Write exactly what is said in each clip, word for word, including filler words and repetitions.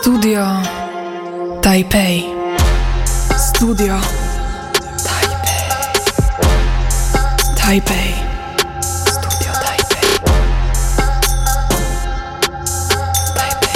Studio Taipei. Studio Taipei. Taipei. Studio Taipei. Taipei.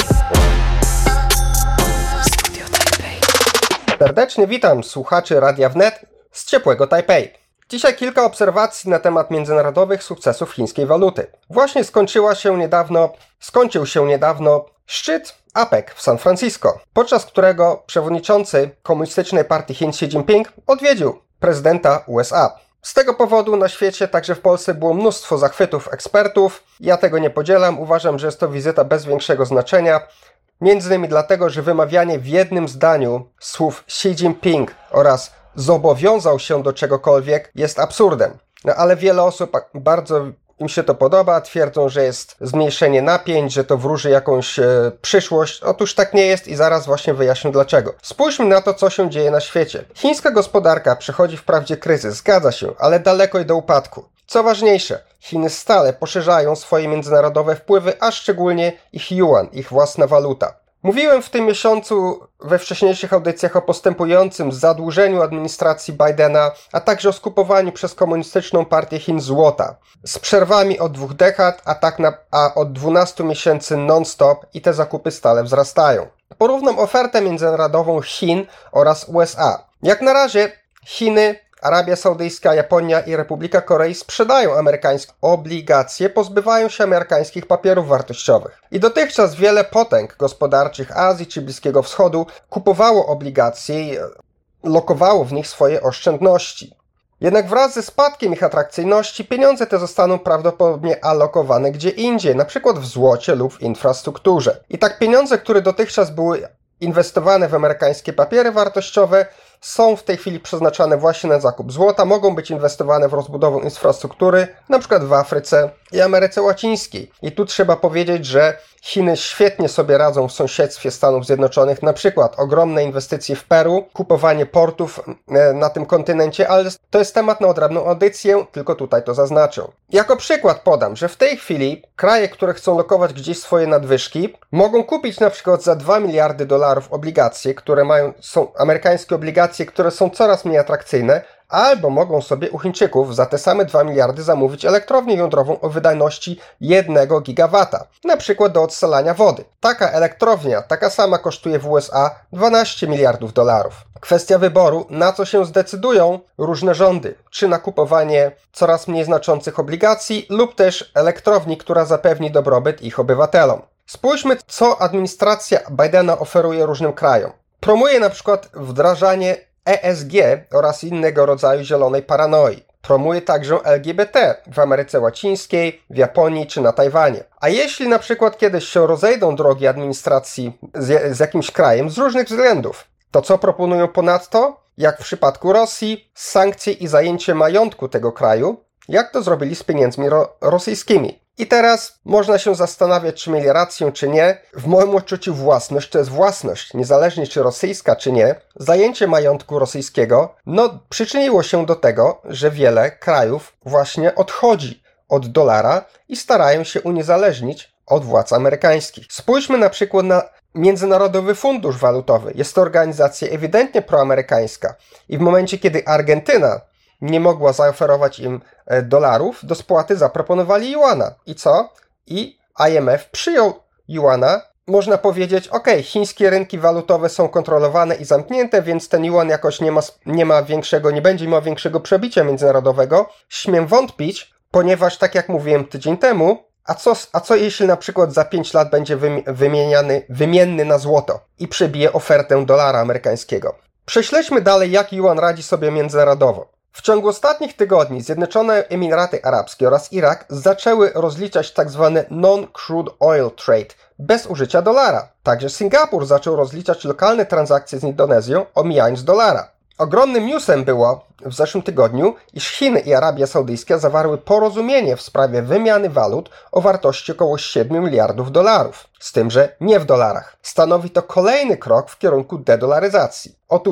Studio Taipei. Serdecznie witam słuchaczy Radia Wnet z ciepłego Tajpej. Dzisiaj kilka obserwacji na temat międzynarodowych sukcesów chińskiej waluty. Właśnie skończyła się niedawno, skończył się niedawno szczyt A P E C w San Francisco, podczas którego przewodniczący Komunistycznej Partii Chin Xi Jinping odwiedził prezydenta U S A. Z tego powodu na świecie, także w Polsce, było mnóstwo zachwytów ekspertów. Ja tego nie podzielam, uważam, że jest to wizyta bez większego znaczenia. Między innymi dlatego, że wymawianie w jednym zdaniu słów Xi Jinping oraz zobowiązał się do czegokolwiek jest absurdem. No ale wiele osób bardzo im się to podoba, twierdzą, że jest zmniejszenie napięć, że to wróży jakąś e, przyszłość. Otóż tak nie jest i zaraz właśnie wyjaśnię dlaczego. Spójrzmy na to, co się dzieje na świecie. Chińska gospodarka przechodzi wprawdzie kryzys, zgadza się, ale daleko i do upadku. Co ważniejsze, Chiny stale poszerzają swoje międzynarodowe wpływy, a szczególnie ich yuan, ich własna waluta. Mówiłem w tym miesiącu we wcześniejszych audycjach o postępującym zadłużeniu administracji Bidena, a także o skupowaniu przez Komunistyczną Partię Chin złota. Z przerwami od dwóch dekad, a, tak na, a od dwunastu miesięcy non-stop i te zakupy stale wzrastają. Porównam ofertę międzynarodową Chin oraz U S A. Jak na razie Chiny, Arabia Saudyjska, Japonia i Republika Korei sprzedają amerykańskie obligacje, pozbywają się amerykańskich papierów wartościowych. I dotychczas wiele potęg gospodarczych Azji czy Bliskiego Wschodu kupowało obligacje i lokowało w nich swoje oszczędności. Jednak wraz ze spadkiem ich atrakcyjności pieniądze te zostaną prawdopodobnie alokowane gdzie indziej, np. w złocie lub w infrastrukturze. I tak pieniądze, które dotychczas były inwestowane w amerykańskie papiery wartościowe, są w tej chwili przeznaczane właśnie na zakup złota, mogą być inwestowane w rozbudowę infrastruktury, np. w Afryce i Ameryce Łacińskiej. I tu trzeba powiedzieć, że Chiny świetnie sobie radzą w sąsiedztwie Stanów Zjednoczonych, np. ogromne inwestycje w Peru, kupowanie portów na tym kontynencie, ale to jest temat na odrębną audycję, tylko tutaj to zaznaczę. Jako przykład podam, że w tej chwili kraje, które chcą lokować gdzieś swoje nadwyżki, mogą kupić np. za dwa miliardy dolarów obligacje, które mają, są amerykańskie obligacje, które są coraz mniej atrakcyjne, albo mogą sobie u Chińczyków za te same dwa miliardy zamówić elektrownię jądrową o wydajności jednego gigawata, na przykład do odsalania wody. Taka elektrownia, taka sama kosztuje w U S A dwanaście miliardów dolarów. Kwestia wyboru, na co się zdecydują różne rządy, czy na kupowanie coraz mniej znaczących obligacji lub też elektrowni, która zapewni dobrobyt ich obywatelom. Spójrzmy, co administracja Bidena oferuje różnym krajom. Promuje na przykład wdrażanie E S G oraz innego rodzaju zielonej paranoi. Promuje także L G B T w Ameryce Łacińskiej, w Japonii czy na Tajwanie. A jeśli na przykład kiedyś się rozejdą drogi administracji z, z jakimś krajem z różnych względów, to co proponują ponadto? Jak w przypadku Rosji, sankcje i zajęcie majątku tego kraju, jak to zrobili z pieniędzmi ro- rosyjskimi. I teraz można się zastanawiać, czy mieli rację, czy nie. W moim odczuciu własność to jest własność, niezależnie czy rosyjska, czy nie. Zajęcie majątku rosyjskiego, no, przyczyniło się do tego, że wiele krajów właśnie odchodzi od dolara i starają się uniezależnić od władz amerykańskich. Spójrzmy na przykład na Międzynarodowy Fundusz Walutowy. Jest to organizacja ewidentnie proamerykańska. I w momencie, kiedy Argentyna nie mogła zaoferować im dolarów, do spłaty zaproponowali juana. I co? I I M F przyjął juana. Można powiedzieć, ok, chińskie rynki walutowe są kontrolowane i zamknięte, więc ten juan jakoś nie ma, nie ma większego, nie będzie miał większego przebicia międzynarodowego. Śmiem wątpić, ponieważ tak jak mówiłem tydzień temu, a co, a co jeśli na przykład za pięć lat będzie wymieniany, wymienny na złoto i przebije ofertę dolara amerykańskiego? Prześledźmy dalej, jak juan radzi sobie międzynarodowo. W ciągu ostatnich tygodni Zjednoczone Emiraty Arabskie oraz Irak zaczęły rozliczać tzw. non-crude oil trade bez użycia dolara. Także Singapur zaczął rozliczać lokalne transakcje z Indonezją, omijając dolara. Ogromnym newsem było w zeszłym tygodniu, iż Chiny i Arabia Saudyjska zawarły porozumienie w sprawie wymiany walut o wartości około siedmiu miliardów dolarów. Z tym, że nie w dolarach. Stanowi to kolejny krok w kierunku dedolaryzacji. Otóż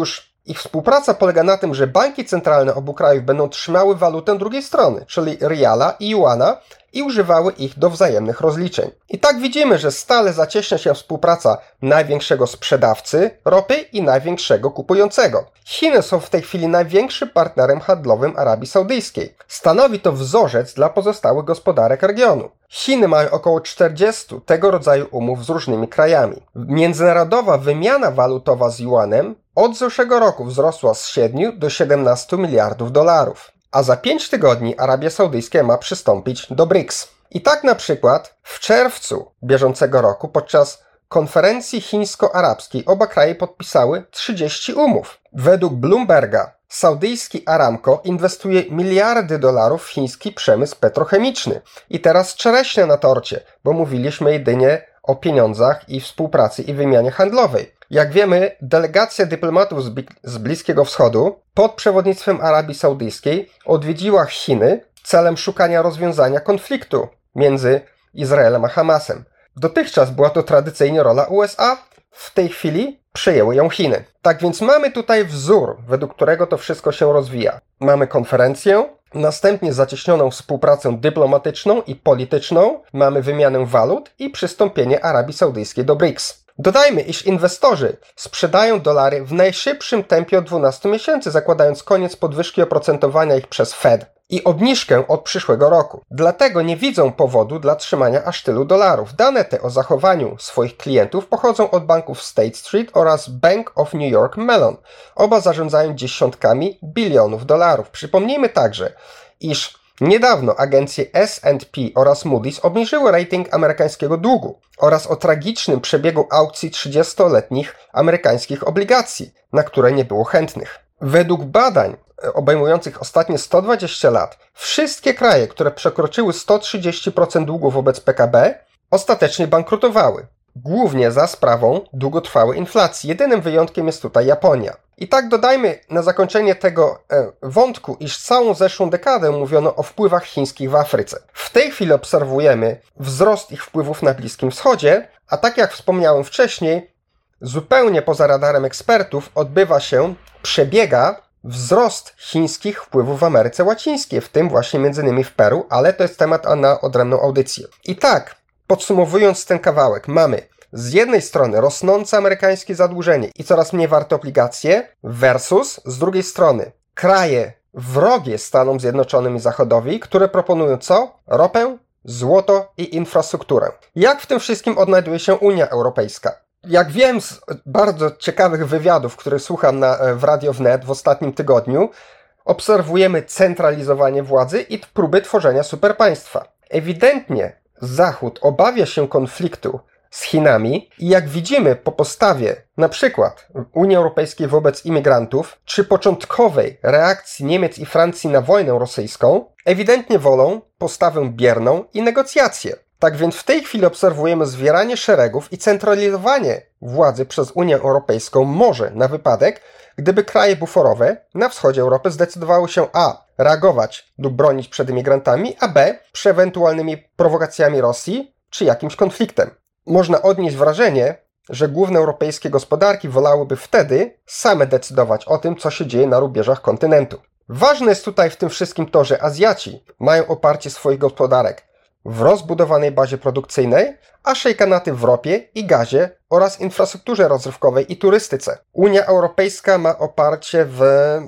Ich współpraca polega na tym, że banki centralne obu krajów będą trzymały walutę drugiej strony, czyli riala i juana, i używały ich do wzajemnych rozliczeń. I tak widzimy, że stale zacieśnia się współpraca największego sprzedawcy ropy i największego kupującego. Chiny są w tej chwili największym partnerem handlowym Arabii Saudyjskiej. Stanowi to wzorzec dla pozostałych gospodarek regionu. Chiny mają około czterdzieści tego rodzaju umów z różnymi krajami. Międzynarodowa wymiana walutowa z juanem od zeszłego roku wzrosła z siedmiu do siedemnastu miliardów dolarów. A za pięć tygodni Arabia Saudyjska ma przystąpić do briks. I tak na przykład w czerwcu bieżącego roku podczas konferencji chińsko-arabskiej oba kraje podpisały trzydzieści umów. Według Bloomberga saudyjski Aramco inwestuje miliardy dolarów w chiński przemysł petrochemiczny. I teraz czereśnia na torcie, bo mówiliśmy jedynie o pieniądzach i współpracy i wymianie handlowej. Jak wiemy, delegacja dyplomatów z, z Bliskiego Wschodu pod przewodnictwem Arabii Saudyjskiej odwiedziła Chiny celem szukania rozwiązania konfliktu między Izraelem a Hamasem. Dotychczas była to tradycyjnie rola U S A, w tej chwili przejęły ją Chiny. Tak więc mamy tutaj wzór, według którego to wszystko się rozwija. Mamy konferencję, następnie zacieśnioną współpracę dyplomatyczną i polityczną, mamy wymianę walut i przystąpienie Arabii Saudyjskiej do briks. Dodajmy, iż inwestorzy sprzedają dolary w najszybszym tempie od dwunastu miesięcy, zakładając koniec podwyżki oprocentowania ich przez Fed i obniżkę od przyszłego roku. Dlatego nie widzą powodu dla trzymania aż tylu dolarów. Dane te o zachowaniu swoich klientów pochodzą od banków State Street oraz Bank of New York Mellon. Oba zarządzają dziesiątkami bilionów dolarów. Przypomnijmy także, iż niedawno agencje S and P oraz Moody's obniżyły rating amerykańskiego długu oraz o tragicznym przebiegu aukcji trzydziestoletnich amerykańskich obligacji, na które nie było chętnych. Według badań obejmujących ostatnie sto dwadzieścia lat, wszystkie kraje, które przekroczyły sto trzydzieści procent długu wobec P K B, ostatecznie bankrutowały. Głównie za sprawą długotrwałej inflacji. Jedynym wyjątkiem jest tutaj Japonia. I tak dodajmy na zakończenie tego e, wątku, iż całą zeszłą dekadę mówiono o wpływach chińskich w Afryce. W tej chwili obserwujemy wzrost ich wpływów na Bliskim Wschodzie, a tak jak wspomniałem wcześniej, zupełnie poza radarem ekspertów odbywa się, przebiega wzrost chińskich wpływów w Ameryce Łacińskiej, w tym właśnie między innymi w Peru, ale to jest temat na odrębną audycję. I tak, podsumowując ten kawałek, mamy z jednej strony rosnące amerykańskie zadłużenie i coraz mniej warte obligacje versus z drugiej strony kraje wrogie Stanom Zjednoczonym i Zachodowi, które proponują co? Ropę, złoto i infrastrukturę. Jak w tym wszystkim odnajduje się Unia Europejska? Jak wiem z bardzo ciekawych wywiadów, które słucham na, w Radio Wnet w ostatnim tygodniu, obserwujemy centralizowanie władzy i próby tworzenia superpaństwa. Ewidentnie Zachód obawia się konfliktu z Chinami i jak widzimy po postawie na przykład Unii Europejskiej wobec imigrantów, czy początkowej reakcji Niemiec i Francji na wojnę rosyjską, ewidentnie wolą postawę bierną i negocjacje. Tak więc w tej chwili obserwujemy zwieranie szeregów i centralizowanie władzy przez Unię Europejską może na wypadek, gdyby kraje buforowe na wschodzie Europy zdecydowały się a. reagować lub bronić przed imigrantami, a b. przy ewentualnymi prowokacjami Rosji czy jakimś konfliktem. Można odnieść wrażenie, że główne europejskie gospodarki wolałyby wtedy same decydować o tym, co się dzieje na rubieżach kontynentu. Ważne jest tutaj w tym wszystkim to, że Azjaci mają oparcie swoich gospodarek w rozbudowanej bazie produkcyjnej, a szejkanaty w ropie i gazie oraz infrastrukturze rozrywkowej i turystyce. Unia Europejska ma oparcie w...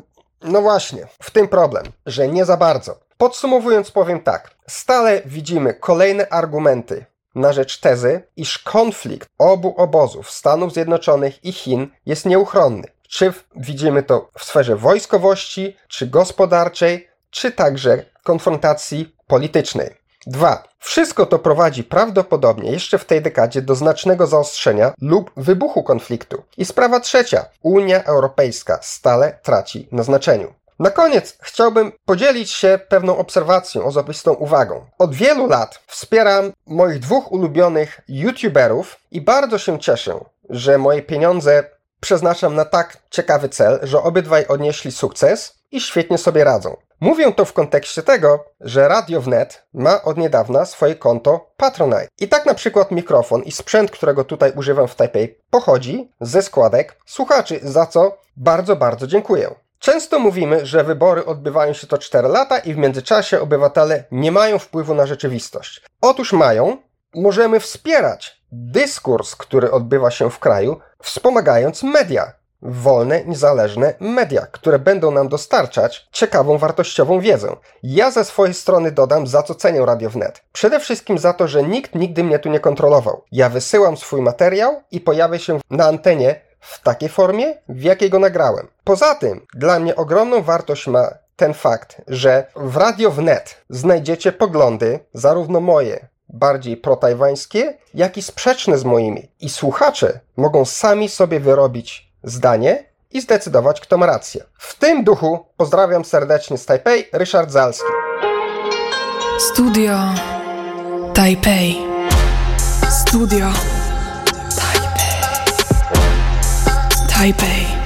no właśnie, w tym problem, że nie za bardzo. Podsumowując powiem tak, stale widzimy kolejne argumenty na rzecz tezy, iż konflikt obu obozów Stanów Zjednoczonych i Chin jest nieuchronny. Czy widzimy to w sferze wojskowości, czy gospodarczej, czy także konfrontacji politycznej. Dwa. Wszystko to prowadzi prawdopodobnie jeszcze w tej dekadzie do znacznego zaostrzenia lub wybuchu konfliktu. I sprawa trzecia. Unia Europejska stale traci na znaczeniu. Na koniec chciałbym podzielić się pewną obserwacją, osobistą uwagą. Od wielu lat wspieram moich dwóch ulubionych youtuberów i bardzo się cieszę, że moje pieniądze przeznaczam na tak ciekawy cel, że obydwaj odnieśli sukces i świetnie sobie radzą. Mówię to w kontekście tego, że Radio Wnet ma od niedawna swoje konto Patronite. I tak na przykład mikrofon i sprzęt, którego tutaj używam w Taipei, pochodzi ze składek słuchaczy, za co bardzo, bardzo dziękuję. Często mówimy, że wybory odbywają się co cztery lata i w międzyczasie obywatele nie mają wpływu na rzeczywistość. Otóż mają. Możemy wspierać dyskurs, który odbywa się w kraju, wspomagając media. Wolne, niezależne media, które będą nam dostarczać ciekawą, wartościową wiedzę. Ja ze swojej strony dodam, za co cenię Radio Wnet. Przede wszystkim za to, że nikt nigdy mnie tu nie kontrolował. Ja wysyłam swój materiał i pojawię się na antenie w takiej formie, w jakiej go nagrałem. Poza tym, dla mnie ogromną wartość ma ten fakt, że w Radio Wnet znajdziecie poglądy, zarówno moje, bardziej protajwańskie, jak i sprzeczne z moimi. I słuchacze mogą sami sobie wyrobić zdanie i zdecydować, kto ma rację. W tym duchu pozdrawiam serdecznie z Tajpej, Ryszard Zalski. Studio Taipei. Studio Taipei. Taipei.